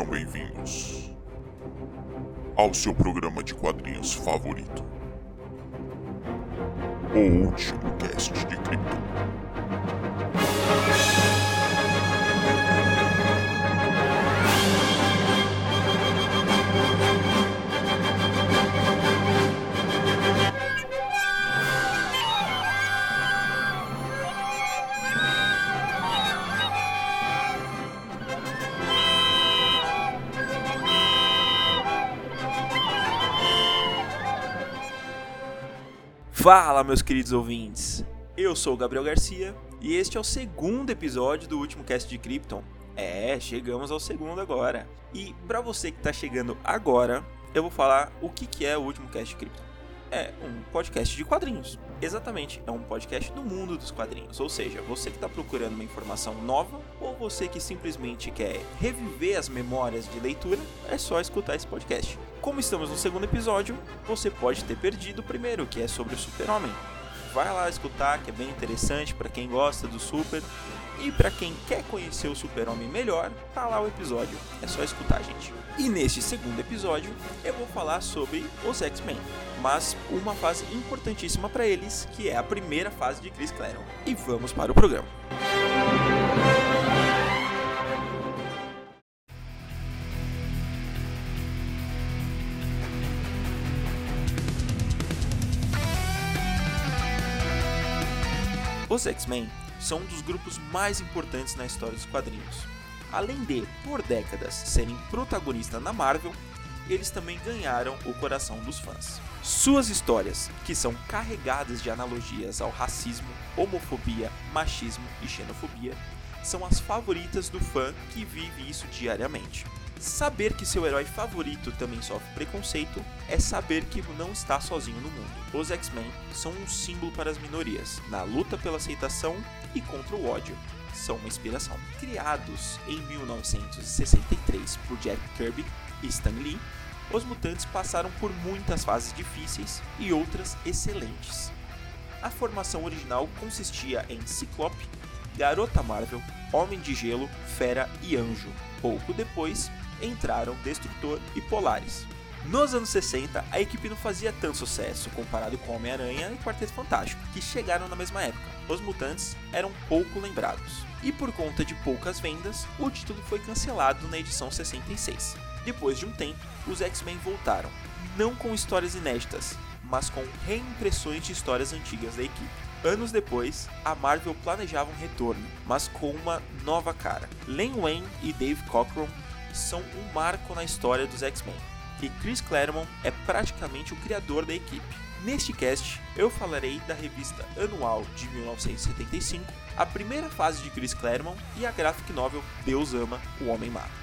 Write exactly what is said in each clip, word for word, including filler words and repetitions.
Sejam bem-vindos ao seu programa de quadrinhos favorito, o último cast de Krypton. Fala, meus queridos ouvintes, eu sou o Gabriel Garcia e este é o segundo episódio do último cast de Krypton. É, chegamos ao segundo agora. E pra você que tá chegando agora, eu vou falar o que que é o último cast de Krypton. É um podcast de quadrinhos. Exatamente, é um podcast do mundo dos quadrinhos. Ou seja, você que está procurando uma informação nova ou você que simplesmente quer reviver as memórias de leitura, é só escutar esse podcast. Como estamos no segundo episódio, você pode ter perdido o primeiro, que é sobre o Super-Homem. Vai lá escutar, que é bem interessante para quem gosta do Super. E para quem quer conhecer o Super-Homem melhor, tá lá o episódio. É só escutar, gente. E neste segundo episódio, eu vou falar sobre os X-Men, mas uma fase importantíssima para eles, que é a primeira fase de Chris Claremont. E vamos para o programa. Os X-Men são um dos grupos mais importantes na história dos quadrinhos. Além de, por décadas, serem protagonistas na Marvel, eles também ganharam o coração dos fãs. Suas histórias, que são carregadas de analogias ao racismo, homofobia, machismo e xenofobia, são as favoritas do fã que vive isso diariamente. Saber que seu herói favorito também sofre preconceito é saber que não está sozinho no mundo. Os X-Men são um símbolo para as minorias, na luta pela aceitação e contra o ódio. São uma inspiração. Criados em mil novecentos e sessenta e três por Jack Kirby e Stan Lee, os mutantes passaram por muitas fases difíceis e outras excelentes. A formação original consistia em Ciclope, Garota Marvel, Homem de Gelo, Fera e Anjo. Pouco depois, entraram Destrutor e Polaris. Nos anos sessenta, a equipe não fazia tanto sucesso comparado com Homem-Aranha e Quarteto Fantástico, que chegaram na mesma época. Os mutantes eram pouco lembrados. E por conta de poucas vendas, o título foi cancelado na edição sessenta e seis. Depois de um tempo, os X-Men voltaram, não com histórias inéditas, mas com reimpressões de histórias antigas da equipe. Anos depois, a Marvel planejava um retorno, mas com uma nova cara. Len Wein e Dave Cockrum são um marco na história dos X-Men, e Chris Claremont é praticamente o criador da equipe. Neste cast, eu falarei da revista anual de mil novecentos e setenta e cinco, a primeira fase de Chris Claremont e a graphic novel Deus Ama, o Homem Mata.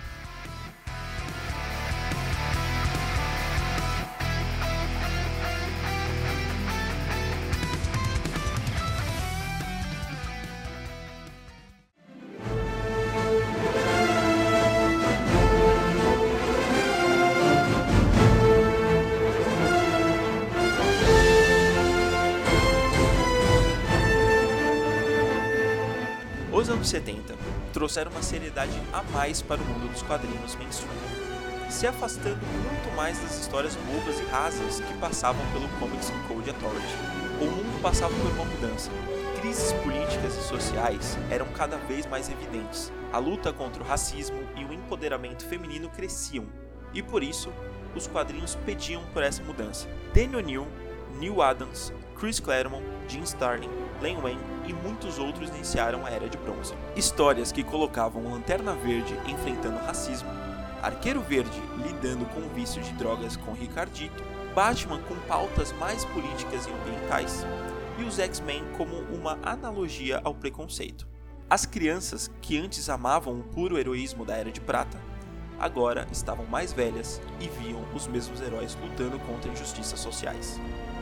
Os anos setenta trouxeram uma seriedade a mais para o mundo dos quadrinhos mainstream, se afastando muito mais das histórias bobas e rasas que passavam pelo Comics Code Authority. O mundo passava por uma mudança. Crises políticas e sociais eram cada vez mais evidentes. A luta contra o racismo e o empoderamento feminino cresciam, e por isso, os quadrinhos pediam por essa mudança. Denny O'Neil, Neil Adams, Chris Claremont, Jim Starlin, Len Wein e muitos outros iniciaram a Era de Bronze. Histórias que colocavam Lanterna Verde enfrentando racismo, Arqueiro Verde lidando com o vício de drogas com Ricardito, Batman com pautas mais políticas e ambientais, e os X-Men como uma analogia ao preconceito. As crianças que antes amavam o puro heroísmo da Era de Prata, agora estavam mais velhas e viam os mesmos heróis lutando contra injustiças sociais.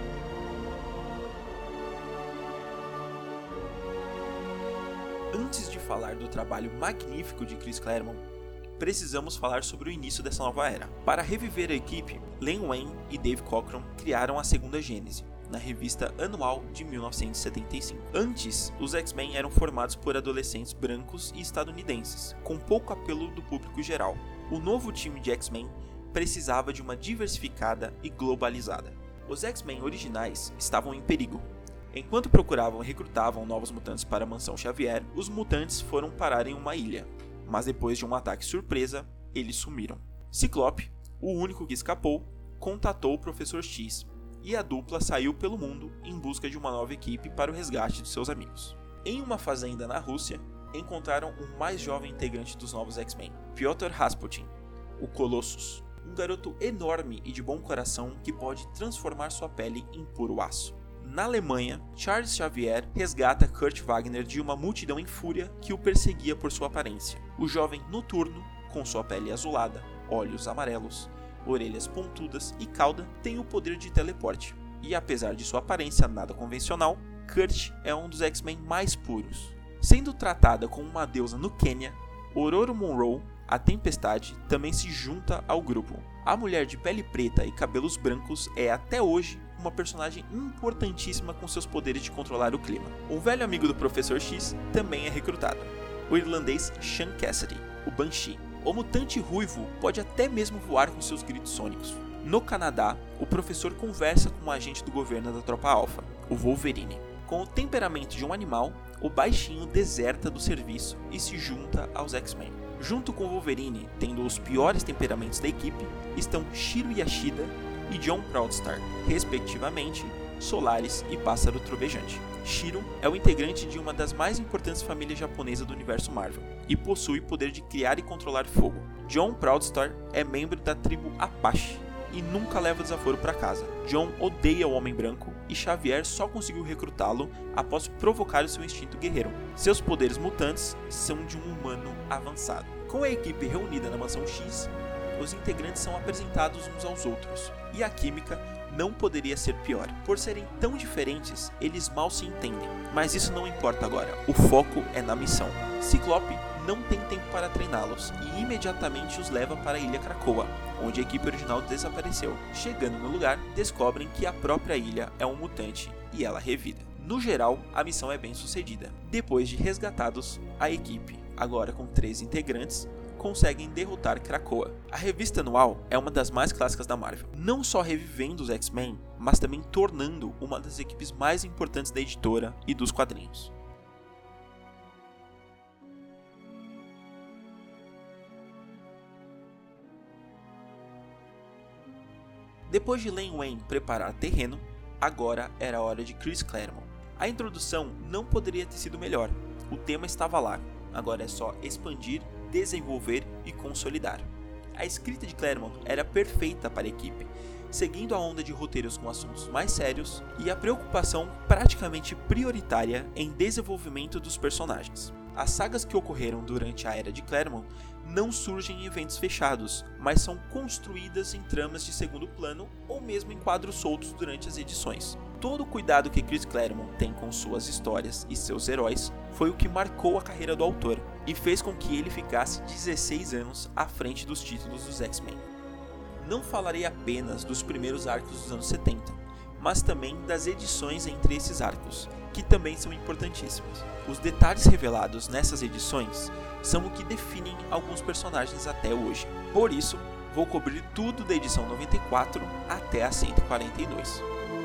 Antes de falar do trabalho magnífico de Chris Claremont, precisamos falar sobre o início dessa nova era. Para reviver a equipe, Len Wein e Dave Cockrum criaram a segunda Gênese, na revista anual de mil novecentos e setenta e cinco. Antes, os X-Men eram formados por adolescentes brancos e estadunidenses, com pouco apelo do público geral. o novo time de X-Men precisava de uma diversificada e globalizada. Os X-Men originais estavam em perigo. Enquanto procuravam e recrutavam novos mutantes para a Mansão Xavier, os mutantes foram parar em uma ilha, mas depois de um ataque surpresa, eles sumiram. Ciclope, o único que escapou, contatou o Professor X, e a dupla saiu pelo mundo em busca de uma nova equipe para o resgate de seus amigos. Em uma fazenda na Rússia, encontraram o mais jovem integrante dos novos X-Men, Piotr Rasputin, o Colossus, um garoto enorme e de bom coração que pode transformar sua pele em puro aço. Na Alemanha, Charles Xavier resgata Kurt Wagner de uma multidão em fúria que o perseguia por sua aparência. O jovem Noturno, com sua pele azulada, olhos amarelos, orelhas pontudas e cauda, tem o poder de teleporte. E apesar de sua aparência nada convencional, Kurt é um dos X-Men mais puros. Sendo tratada como uma deusa no Quênia, Ororo Monroe, a Tempestade, também se junta ao grupo. A mulher de pele preta e cabelos brancos é até hoje uma personagem importantíssima com seus poderes de controlar o clima. Um velho amigo do Professor X também é recrutado, o irlandês Sean Cassidy, o Banshee. O mutante ruivo pode até mesmo voar com seus gritos sônicos. No Canadá, o professor conversa com um agente do governo da Tropa Alpha, o Wolverine. Com o temperamento de um animal, o baixinho deserta do serviço e se junta aos X-Men. Junto com o Wolverine, tendo os piores temperamentos da equipe, estão Shiro Yashida e John Proudstar, respectivamente, Solaris e Pássaro Trovejante. Shiro é o integrante de uma das mais importantes famílias japonesas do universo Marvel e possui o poder de criar e controlar fogo. John Proudstar é membro da tribo Apache e nunca leva desaforo para casa. John odeia o Homem Branco e Xavier só conseguiu recrutá-lo após provocar o seu instinto guerreiro. Seus poderes mutantes são de um humano avançado. Com a equipe reunida na Mansão X, os integrantes são apresentados uns aos outros, e a química não poderia ser pior. Por serem tão diferentes, eles mal se entendem, mas isso não importa agora, o foco é na missão. Ciclope não tem tempo para treiná-los e imediatamente os leva para a Ilha Krakoa, onde a equipe original desapareceu. Chegando no lugar, descobrem que a própria ilha é um mutante e ela revida. No geral, a missão é bem sucedida. Depois de resgatados, a equipe, agora com três integrantes, conseguem derrotar Krakoa. A revista anual é uma das mais clássicas da Marvel, não só revivendo os X-Men, mas também tornando uma das equipes mais importantes da editora e dos quadrinhos. Depois de Len Wein preparar terreno, agora era a hora de Chris Claremont. A introdução não poderia ter sido melhor, o tema estava lá, agora é só expandir, desenvolver e consolidar. A escrita de Claremont era perfeita para a equipe, seguindo a onda de roteiros com assuntos mais sérios e a preocupação praticamente prioritária em desenvolvimento dos personagens. As sagas que ocorreram durante a era de Claremont não surgem em eventos fechados, mas são construídas em tramas de segundo plano ou mesmo em quadros soltos durante as edições. Todo o cuidado que Chris Claremont tem com suas histórias e seus heróis foi o que marcou a carreira do autor e fez com que ele ficasse dezesseis anos à frente dos títulos dos X-Men. Não falarei apenas dos primeiros arcos dos anos setenta, mas também das edições entre esses arcos, que também são importantíssimas. Os detalhes revelados nessas edições são o que definem alguns personagens até hoje. Por isso, vou cobrir tudo da edição noventa e quatro até a cento e quarenta e dois.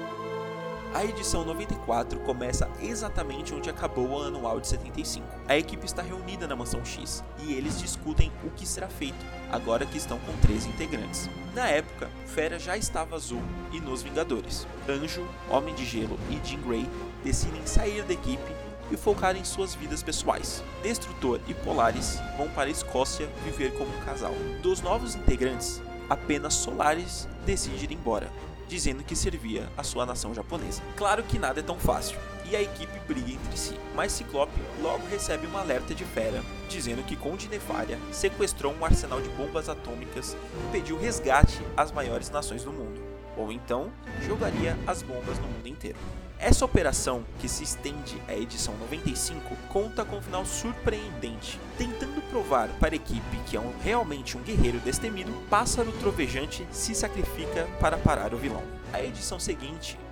A edição noventa e quatro começa exatamente onde acabou o anual de setenta e cinco. A equipe está reunida na Mansão X e eles discutem o que será feito, agora que estão com treze integrantes. Na época, Fera já estava azul e nos Vingadores. Anjo, Homem de Gelo e Jean Grey decidem sair da equipe e focar em suas vidas pessoais. Destrutor e Polaris vão para a Escócia viver como um casal. Dos novos integrantes, apenas Solaris decide ir embora, dizendo que servia a sua nação japonesa. Claro que nada é tão fácil, e a equipe briga entre si, mas Ciclope logo recebe uma alerta de Fera, dizendo que Conde Nefária sequestrou um arsenal de bombas atômicas e pediu resgate às maiores nações do mundo, ou então jogaria as bombas no mundo inteiro. Essa operação, que se estende à edição noventa e cinco, conta com um final surpreendente. Tentando provar para a equipe que é um, realmente um guerreiro destemido, Pássaro Trovejante se sacrifica para parar o vilão. A edição seguinte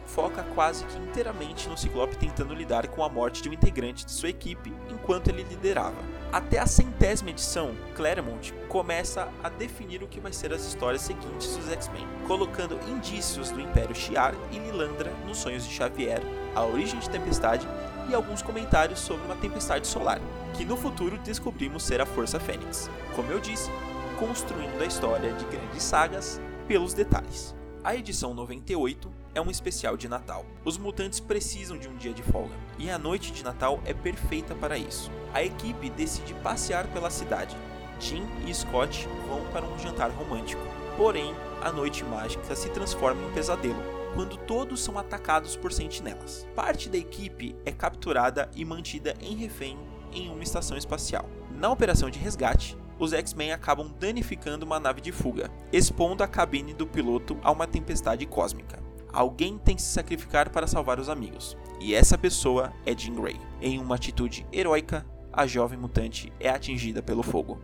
foca quase que inteiramente no Ciclope tentando lidar com a morte de um integrante de sua equipe enquanto ele liderava. Até a centésima edição, Claremont começa a definir o que vai ser as histórias seguintes dos X-Men, colocando indícios do Império Shi'ar e Lilandra nos sonhos de Xavier, a origem de Tempestade e alguns comentários sobre uma tempestade solar, que no futuro descobrimos ser a Força Fênix. Como eu disse, construindo a história de grandes sagas pelos detalhes. A edição noventa e oito é um especial de Natal. Os mutantes precisam de um dia de folga, e a noite de Natal é perfeita para isso. A equipe decide passear pela cidade. Jean e Scott vão para um jantar romântico. Porém, a noite mágica se transforma em um pesadelo, quando todos são atacados por sentinelas. Parte da equipe é capturada e mantida em refém em uma estação espacial. Na operação de resgate, os X-Men acabam danificando uma nave de fuga, expondo a cabine do piloto a uma tempestade cósmica. Alguém tem que se sacrificar para salvar os amigos, e essa pessoa é Jean Grey. Em uma atitude heróica, a jovem mutante é atingida pelo fogo.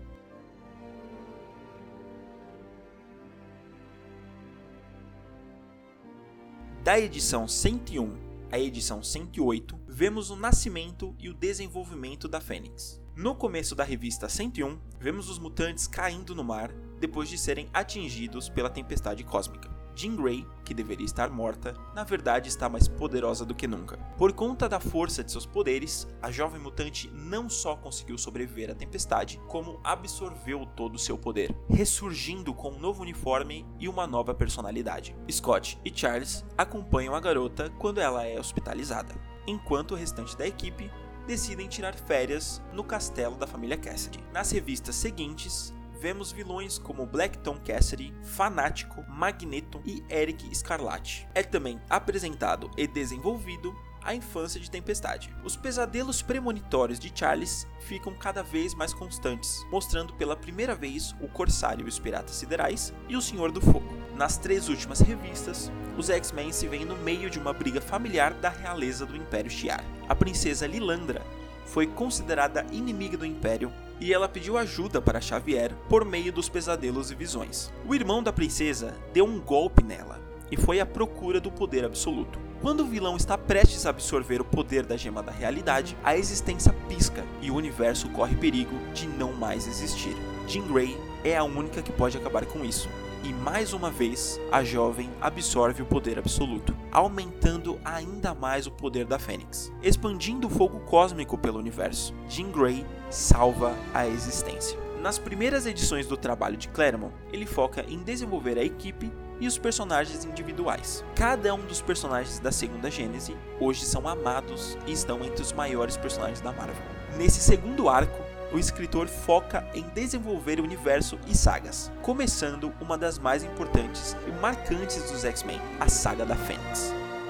Da edição cento e um à edição cento e oito, vemos o nascimento e o desenvolvimento da Fênix. No começo da revista cento e um, vemos os mutantes caindo no mar depois de serem atingidos pela tempestade cósmica. Jean Grey, que deveria estar morta, na verdade está mais poderosa do que nunca. Por conta da força de seus poderes, a jovem mutante não só conseguiu sobreviver à tempestade, como absorveu todo o seu poder, ressurgindo com um novo uniforme e uma nova personalidade. Scott e Charles acompanham a garota quando ela é hospitalizada, enquanto o restante da equipe decidem tirar férias no castelo da família Cassidy. Nas revistas seguintes, vemos vilões como Black Tom Cassidy, Fanático, Magneto e Eric Scarlatti. É também apresentado e desenvolvido a infância de Tempestade. Os pesadelos premonitórios de Charles ficam cada vez mais constantes, mostrando pela primeira vez o Corsário e os Piratas Siderais e o Senhor do Fogo. Nas três últimas revistas, os X-Men se veem no meio de uma briga familiar da realeza do Império Shi'ar. A princesa Lilandra foi considerada inimiga do Império e ela pediu ajuda para Xavier por meio dos pesadelos e visões. O irmão da princesa deu um golpe nela e foi à procura do poder absoluto. Quando o vilão está prestes a absorver o poder da Gema da Realidade, a existência pisca e o universo corre perigo de não mais existir. Jean Grey é a única que pode acabar com isso. E mais uma vez, a jovem absorve o poder absoluto, aumentando ainda mais o poder da Fênix, expandindo o fogo cósmico pelo universo. Jean Grey salva a existência. Nas primeiras edições do trabalho de Claremont, ele foca em desenvolver a equipe e os personagens individuais. Cada um dos personagens da segunda Gênese hoje são amados e estão entre os maiores personagens da Marvel. Nesse segundo arco, o escritor foca em desenvolver o universo e sagas, começando uma das mais importantes e marcantes dos X-Men, a saga da Fênix.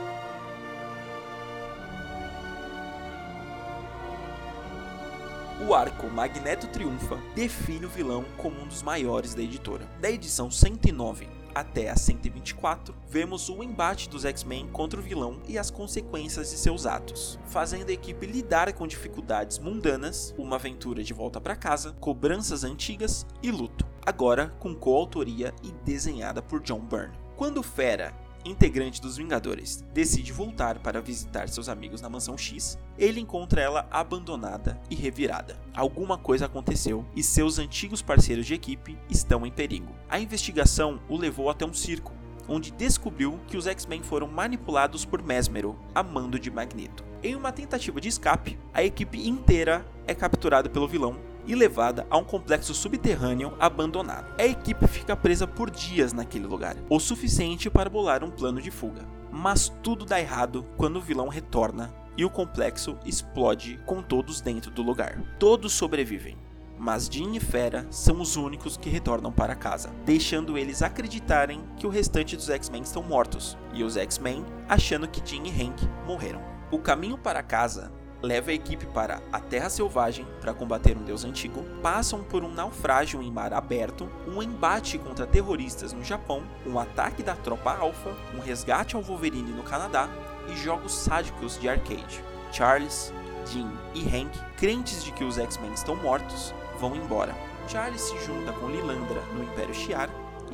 O arco Magneto Triunfa define o vilão como um dos maiores da editora. Da edição cento e nove até a cento e vinte e quatro, vemos o embate dos X-Men contra o vilão e as consequências de seus atos, fazendo a equipe lidar com dificuldades mundanas, uma aventura de volta para casa, cobranças antigas e luto, agora com coautoria e desenhada por John Byrne. Quando Fera, integrante dos Vingadores, decide voltar para visitar seus amigos na Mansão X, ele encontra ela abandonada e revirada. Alguma coisa aconteceu e seus antigos parceiros de equipe estão em perigo. A investigação o levou até um circo, onde descobriu que os X-Men foram manipulados por Mesmero, a mando de Magneto. Em uma tentativa de escape, a equipe inteira é capturada pelo vilão e levada a um complexo subterrâneo abandonado. A equipe fica presa por dias naquele lugar, o suficiente para bolar um plano de fuga. Mas tudo dá errado quando o vilão retorna e o complexo explode com todos dentro do lugar. Todos sobrevivem, mas Jean e Fera são os únicos que retornam para casa, deixando eles acreditarem que o restante dos X-Men estão mortos, e os X-Men achando que Jean e Hank morreram. O caminho para casa leva a equipe para a Terra Selvagem para combater um deus antigo, passam por um naufrágio em mar aberto, um embate contra terroristas no Japão, um ataque da Tropa Alpha, um resgate ao Wolverine no Canadá e jogos sádicos de arcade. Charles, Jean e Hank, crentes de que os X-Men estão mortos, vão embora. Charles se junta com Lilandra no Império Shi'ar e Jean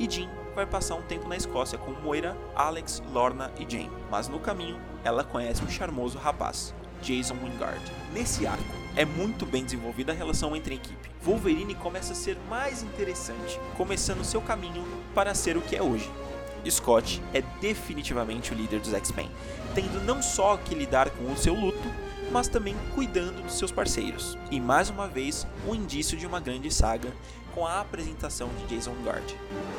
vai passar um tempo na Escócia com Moira, Alex, Lorna e Jane, mas no caminho ela conhece um charmoso rapaz, Jason Wingard. Nesse arco, é muito bem desenvolvida a relação entre a equipe. Wolverine começa a ser mais interessante, começando seu caminho para ser o que é hoje. Scott é definitivamente o líder dos X-Men, tendo não só que lidar com o seu luto, mas também cuidando dos seus parceiros. E mais uma vez, um indício de uma grande saga com a apresentação de Jason Wingard.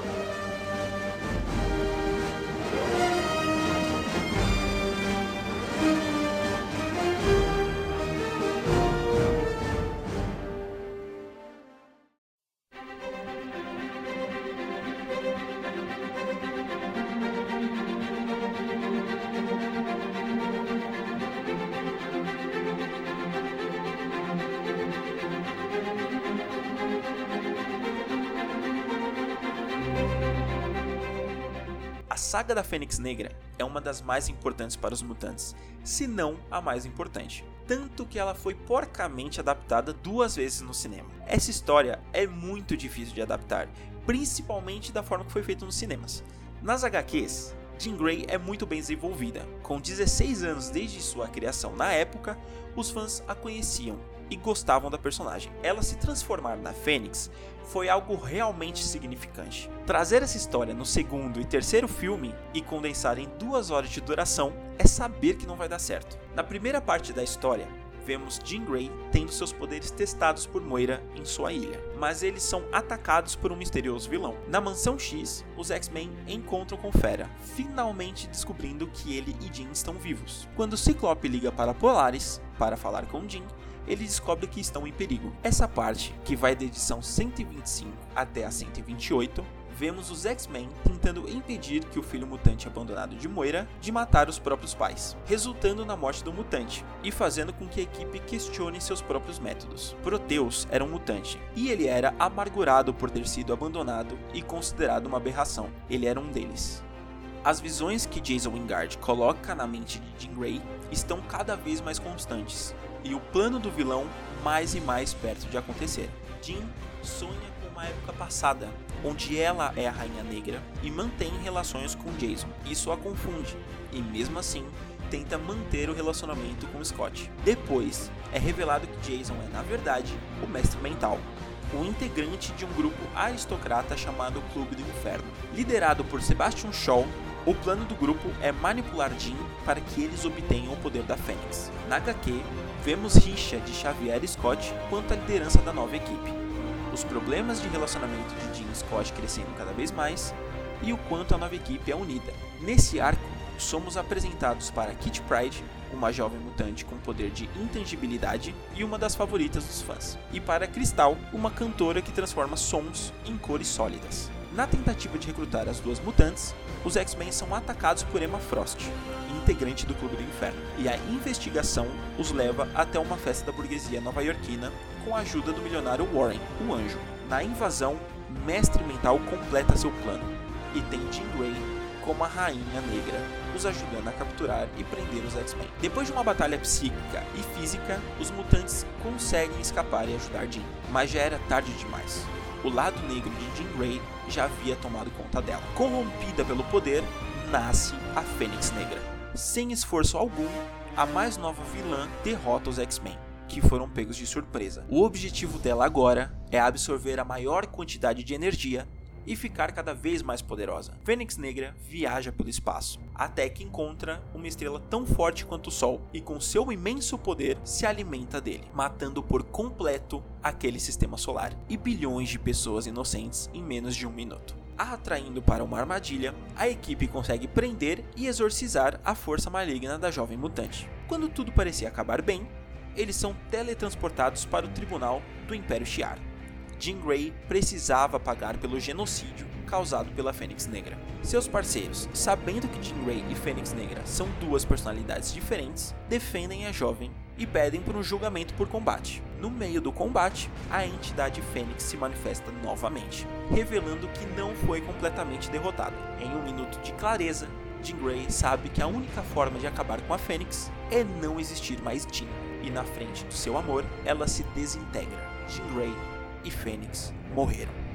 A saga da Fênix Negra é uma das mais importantes para os mutantes, se não a mais importante, tanto que ela foi porcamente adaptada duas vezes no cinema. Essa história é muito difícil de adaptar, principalmente da forma que foi feita nos cinemas. Nas agá quês, Jean Grey é muito bem desenvolvida. Com dezesseis anos desde sua criação na época, os fãs a conheciam e gostavam da personagem. Ela se transformar na Fênix foi algo realmente significante. Trazer essa história no segundo e terceiro filme e condensar em duas horas de duração é saber que não vai dar certo. Na primeira parte da história, vemos Jean Grey tendo seus poderes testados por Moira em sua ilha, mas eles são atacados por um misterioso vilão. Na Mansão X, os X-Men encontram com Fera, finalmente descobrindo que ele e Jean estão vivos. Quando Ciclope liga para Polaris para falar com Jean, ele descobre que estão em perigo. Essa parte, que vai da edição cento e vinte e cinco até a cento e vinte e oito, vemos os X-Men tentando impedir que o filho mutante abandonado de Moira de matar os próprios pais, resultando na morte do mutante e fazendo com que a equipe questione seus próprios métodos. Proteus era um mutante e ele era amargurado por ter sido abandonado e considerado uma aberração. Ele era um deles. As visões que Jason Wingard coloca na mente de Jean Grey estão cada vez mais constantes, e o plano do vilão mais e mais perto de acontecer. Jean sonha com uma época passada, onde ela é a Rainha Negra e mantém relações com Jason. Isso a confunde, e mesmo assim, tenta manter o relacionamento com Scott. Depois, é revelado que Jason é, na verdade, o Mestre Mental, um integrante de um grupo aristocrata chamado Clube do Inferno. Liderado por Sebastian Shaw, o plano do grupo é manipular Jean para que eles obtenham o poder da Fênix. Na agá quê, vemos rixa de Xavier e Scott quanto à liderança da nova equipe, os problemas de relacionamento de Jean e Scott crescendo cada vez mais e o quanto a nova equipe é unida. Nesse arco, somos apresentados para Kitty Pryde, uma jovem mutante com poder de intangibilidade e uma das favoritas dos fãs, e para Crystal, uma cantora que transforma sons em cores sólidas. Na tentativa de recrutar as duas mutantes, os X-Men são atacados por Emma Frost, integrante do Clube do Inferno, e a investigação os leva até uma festa da burguesia nova-iorquina com a ajuda do milionário Warren, o Anjo. Na invasão, Mestre Mental completa seu plano e tem Jean Grey como a Rainha Negra, os ajudando a capturar e prender os X-Men. Depois de uma batalha psíquica e física, os mutantes conseguem escapar e ajudar Jean, mas já era tarde demais. O lado negro de Jean Grey já havia tomado conta dela. Corrompida pelo poder, nasce a Fênix Negra. Sem esforço algum, a mais nova vilã derrota os X-Men, que foram pegos de surpresa. O objetivo dela agora é absorver a maior quantidade de energia e ficar cada vez mais poderosa. Fênix Negra viaja pelo espaço, até que encontra uma estrela tão forte quanto o Sol, e com seu imenso poder se alimenta dele, matando por completo aquele sistema solar e bilhões de pessoas inocentes em menos de um minuto. A atraindo para uma armadilha, a equipe consegue prender e exorcizar a força maligna da jovem mutante. Quando tudo parecia acabar bem, eles são teletransportados para o tribunal do Império Shi'ar. Jean Grey precisava pagar pelo genocídio causado pela Fênix Negra. Seus parceiros, sabendo que Jean Grey e Fênix Negra são duas personalidades diferentes, defendem a jovem e pedem por um julgamento por combate. No meio do combate, a entidade Fênix se manifesta novamente, revelando que não foi completamente derrotada. Em um minuto de clareza, Jean Grey sabe que a única forma de acabar com a Fênix é não existir mais Jean, e na frente do seu amor, ela se desintegra. Jean Grey e Fênix morreram.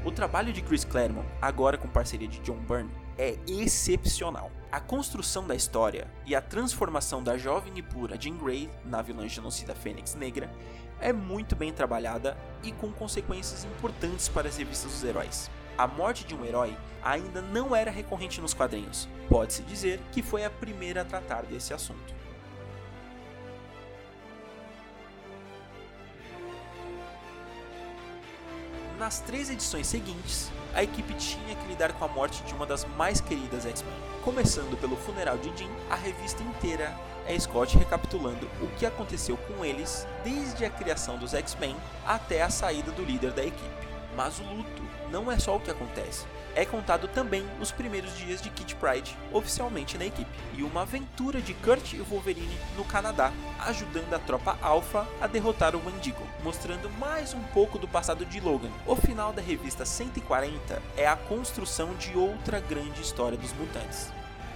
O trabalho de Chris Claremont, agora com parceria de John Byrne, é excepcional. A construção da história e a transformação da jovem e pura Jean Grey na vilã genocida Fênix Negra é muito bem trabalhada e com consequências importantes para as revistas dos heróis. A morte de um herói ainda não era recorrente nos quadrinhos. Pode-se dizer que foi a primeira a tratar desse assunto. Nas três edições seguintes, a equipe tinha que lidar com a morte de uma das mais queridas X-Men. Começando pelo funeral de Jean, a revista inteira é Scott recapitulando o que aconteceu com eles desde a criação dos X-Men até a saída do líder da equipe. Mas o luto não é só o que acontece. É contado também os primeiros dias de Kitty Pryde oficialmente na equipe, e uma aventura de Kurt e Wolverine no Canadá, ajudando a tropa Alpha a derrotar o Wendigo, mostrando mais um pouco do passado de Logan. O final da revista cento e quarenta é a construção de outra grande história dos mutantes.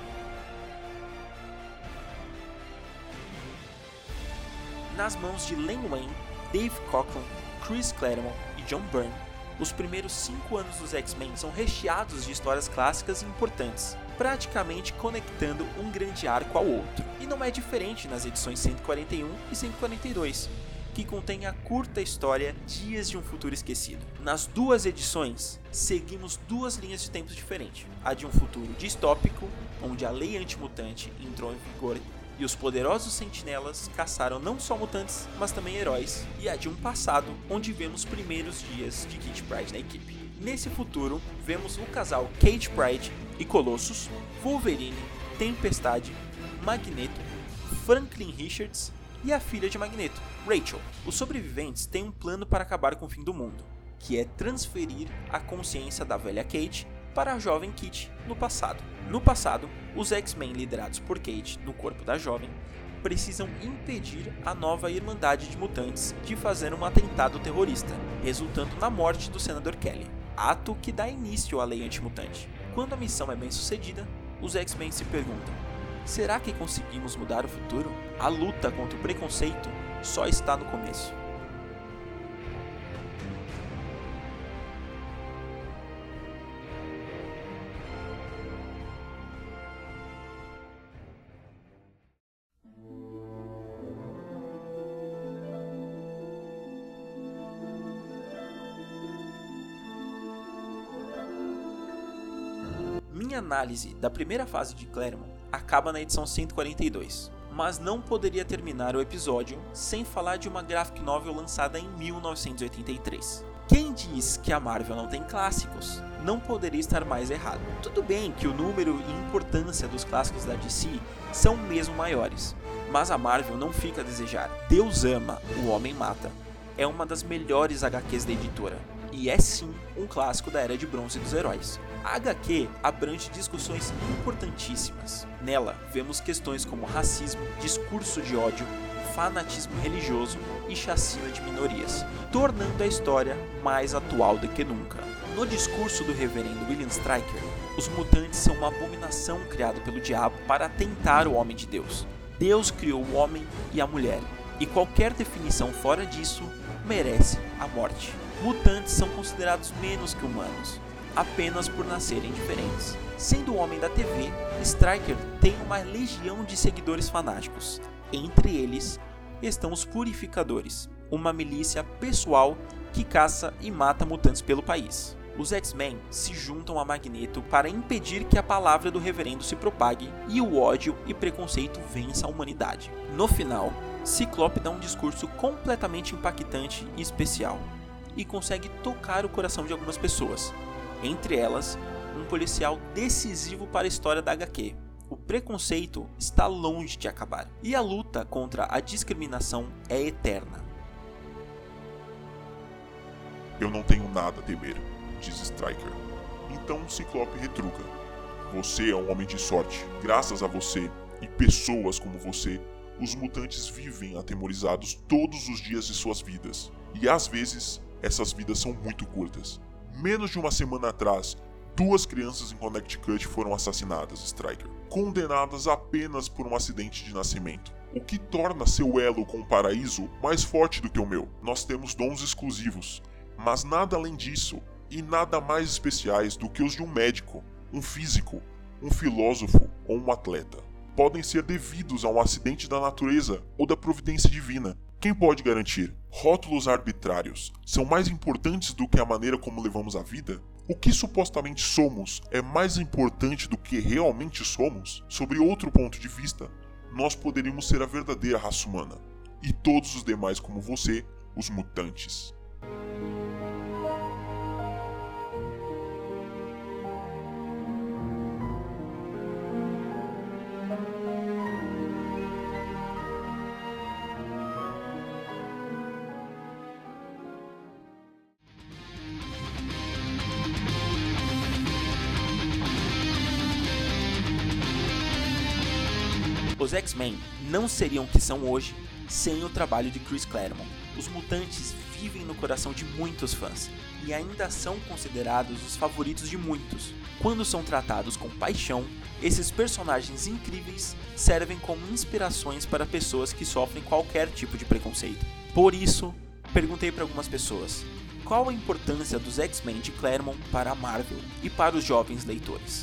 Nas mãos de Len Wein, Dave Cockrum, Chris Claremont e John Byrne, os primeiros cinco anos dos X-Men são recheados de histórias clássicas e importantes, praticamente conectando um grande arco ao outro. E não é diferente nas edições cento e quarenta e um e cento e quarenta e dois, que contém a curta história Dias de um Futuro Esquecido. Nas duas edições, seguimos duas linhas de tempo diferentes. A de um futuro distópico, onde a lei antimutante entrou em vigor e os poderosos sentinelas caçaram não só mutantes, mas também heróis, e a de um passado, onde vemos os primeiros dias de Kitty Pryde na equipe. Nesse futuro, vemos o casal Kate Pryde e Colossus, Wolverine, Tempestade, Magneto, Franklin Richards e a filha de Magneto, Rachel. Os sobreviventes têm um plano para acabar com o fim do mundo, que é transferir a consciência da velha Kate para a jovem Kitty no passado. No passado, os X-Men liderados por Kate no corpo da jovem precisam impedir a nova Irmandade de Mutantes de fazer um atentado terrorista, resultando na morte do senador Kelly, ato que dá início à lei antimutante. Quando a missão é bem sucedida, os X-Men se perguntam: será que conseguimos mudar o futuro? A luta contra o preconceito só está no começo. Minha análise da primeira fase de Claremont acaba na edição cento e quarenta e dois, mas não poderia terminar o episódio sem falar de uma graphic novel lançada em mil novecentos e oitenta e três. Quem diz que a Marvel não tem clássicos, não poderia estar mais errado. Tudo bem que o número e importância dos clássicos da D C são mesmo maiores, mas a Marvel não fica a desejar. Deus ama, o homem mata é uma das melhores H Qs da editora, e é sim um clássico da Era de Bronze dos heróis. A H Q abrange discussões importantíssimas. Nela, vemos questões como racismo, discurso de ódio, fanatismo religioso e chacina de minorias, tornando a história mais atual do que nunca. No discurso do reverendo William Stryker, os mutantes são uma abominação criada pelo diabo para tentar o homem de Deus. Deus criou o homem e a mulher, e qualquer definição fora disso merece a morte. Mutantes são considerados menos que humanos, apenas por nascerem diferentes. Sendo o homem da T V, Stryker tem uma legião de seguidores fanáticos. Entre eles estão os Purificadores, uma milícia pessoal que caça e mata mutantes pelo país. Os X-Men se juntam a Magneto para impedir que a palavra do reverendo se propague e o ódio e preconceito vença a humanidade. No final, Ciclope dá um discurso completamente impactante e especial, e consegue tocar o coração de algumas pessoas, entre elas, um policial decisivo para a história da H Q. O preconceito está longe de acabar, e a luta contra a discriminação é eterna. Eu não tenho nada a temer, diz Stryker. Então Ciclope retruca: você é um homem de sorte. Graças a você e pessoas como você, os mutantes vivem atemorizados todos os dias de suas vidas. E às vezes, essas vidas são muito curtas. Menos de uma semana atrás, duas crianças em Connecticut foram assassinadas, Stryker, condenadas apenas por um acidente de nascimento, o que torna seu elo com o paraíso mais forte do que o meu. Nós temos dons exclusivos, mas nada além disso. e nada mais especiais do que os de um médico, um físico, um filósofo ou um atleta. Podem ser devidos a um acidente da natureza ou da providência divina. Quem pode garantir? Rótulos arbitrários são mais importantes do que a maneira como levamos a vida? O que supostamente somos é mais importante do que realmente somos? Sobre outro ponto de vista, nós poderíamos ser a verdadeira raça humana, e todos os demais como você, os mutantes. Os X-Men não seriam o que são hoje sem o trabalho de Chris Claremont. Os mutantes vivem no coração de muitos fãs e ainda são considerados os favoritos de muitos. Quando são tratados com paixão, esses personagens incríveis servem como inspirações para pessoas que sofrem qualquer tipo de preconceito. Por isso, perguntei para algumas pessoas qual a importância dos X-Men de Claremont para a Marvel e para os jovens leitores.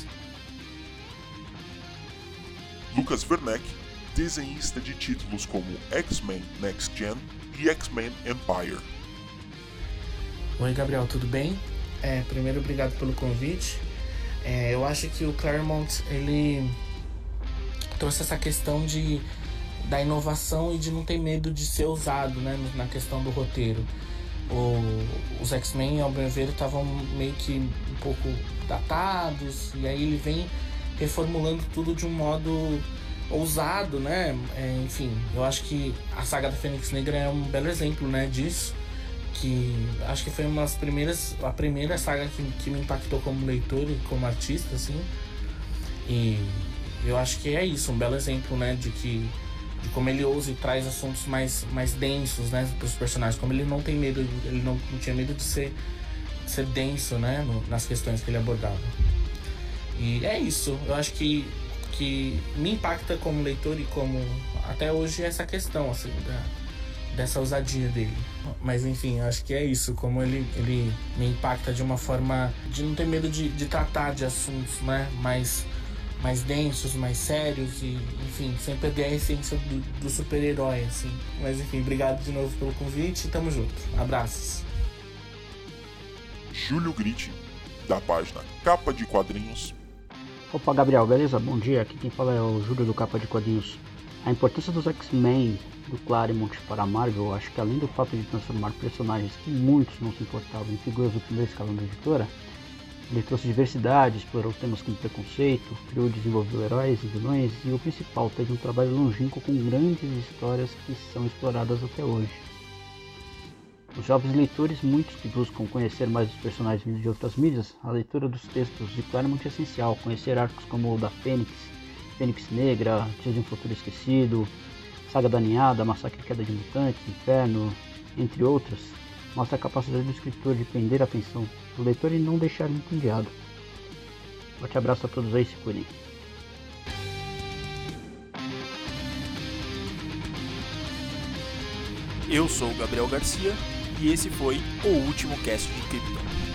Lucas Werneck, desenhista de títulos como X-Men Next Gen e X-Men Empire. Oi Gabriel, tudo bem? É, primeiro, obrigado pelo convite. É, eu acho que o Claremont, ele trouxe essa questão de, da inovação e de não ter medo de ser usado, né, na questão do roteiro. O, os X-Men, ao meu ver, estavam meio que um pouco datados, e aí ele vem reformulando tudo de um modo ousado, né? É, enfim, eu acho que a saga da Fênix Negra é um belo exemplo, né, disso. Que acho que foi uma das primeiras, a primeira saga que, que me impactou como leitor e como artista, assim. E eu acho que é isso, um belo exemplo, né, de que de como ele ousa e traz assuntos mais, mais densos, né, para os personagens. Como ele não tem medo, ele não, não tinha medo de ser, de ser denso, né, no, nas questões que ele abordava. E é isso, eu acho que, que me impacta como leitor e como até hoje essa questão, assim, da, dessa ousadia dele. Mas enfim, eu acho que é isso, como ele, ele me impacta de uma forma de não ter medo de, de tratar de assuntos, né, mais, mais densos, mais sérios e, enfim, sem perder a essência do, do super-herói, assim. Mas enfim, obrigado de novo pelo convite e tamo junto. Abraços. Júlio Gritti, da página Capa de Quadrinhos. Opa, Gabriel, beleza? Bom dia, aqui quem fala é o Júlio do Capa de Quadrinhos. A importância dos X-Men do Claremont para a Marvel, acho que além do fato de transformar personagens que muitos não se importavam em figuras do primeiro escalão da editora, ele trouxe diversidade, explorou temas como preconceito, criou e desenvolveu heróis e vilões e o principal, teve um trabalho longínquo com grandes histórias que são exploradas até hoje. Os jovens leitores, muitos que buscam conhecer mais os personagens vindos de outras mídias, a leitura dos textos de Claremont é essencial. Conhecer arcos como o da Fênix, Fênix Negra, Dias de um Futuro Esquecido, Saga da Ninhada, Massacre e Queda de Mutantes, Inferno, entre outros, mostra a capacidade do escritor de prender a atenção do leitor e não deixar ele entediado. Forte abraço a todos aí, se cuidem. Eu sou o Gabriel Garcia e esse foi o último cast de Krypton.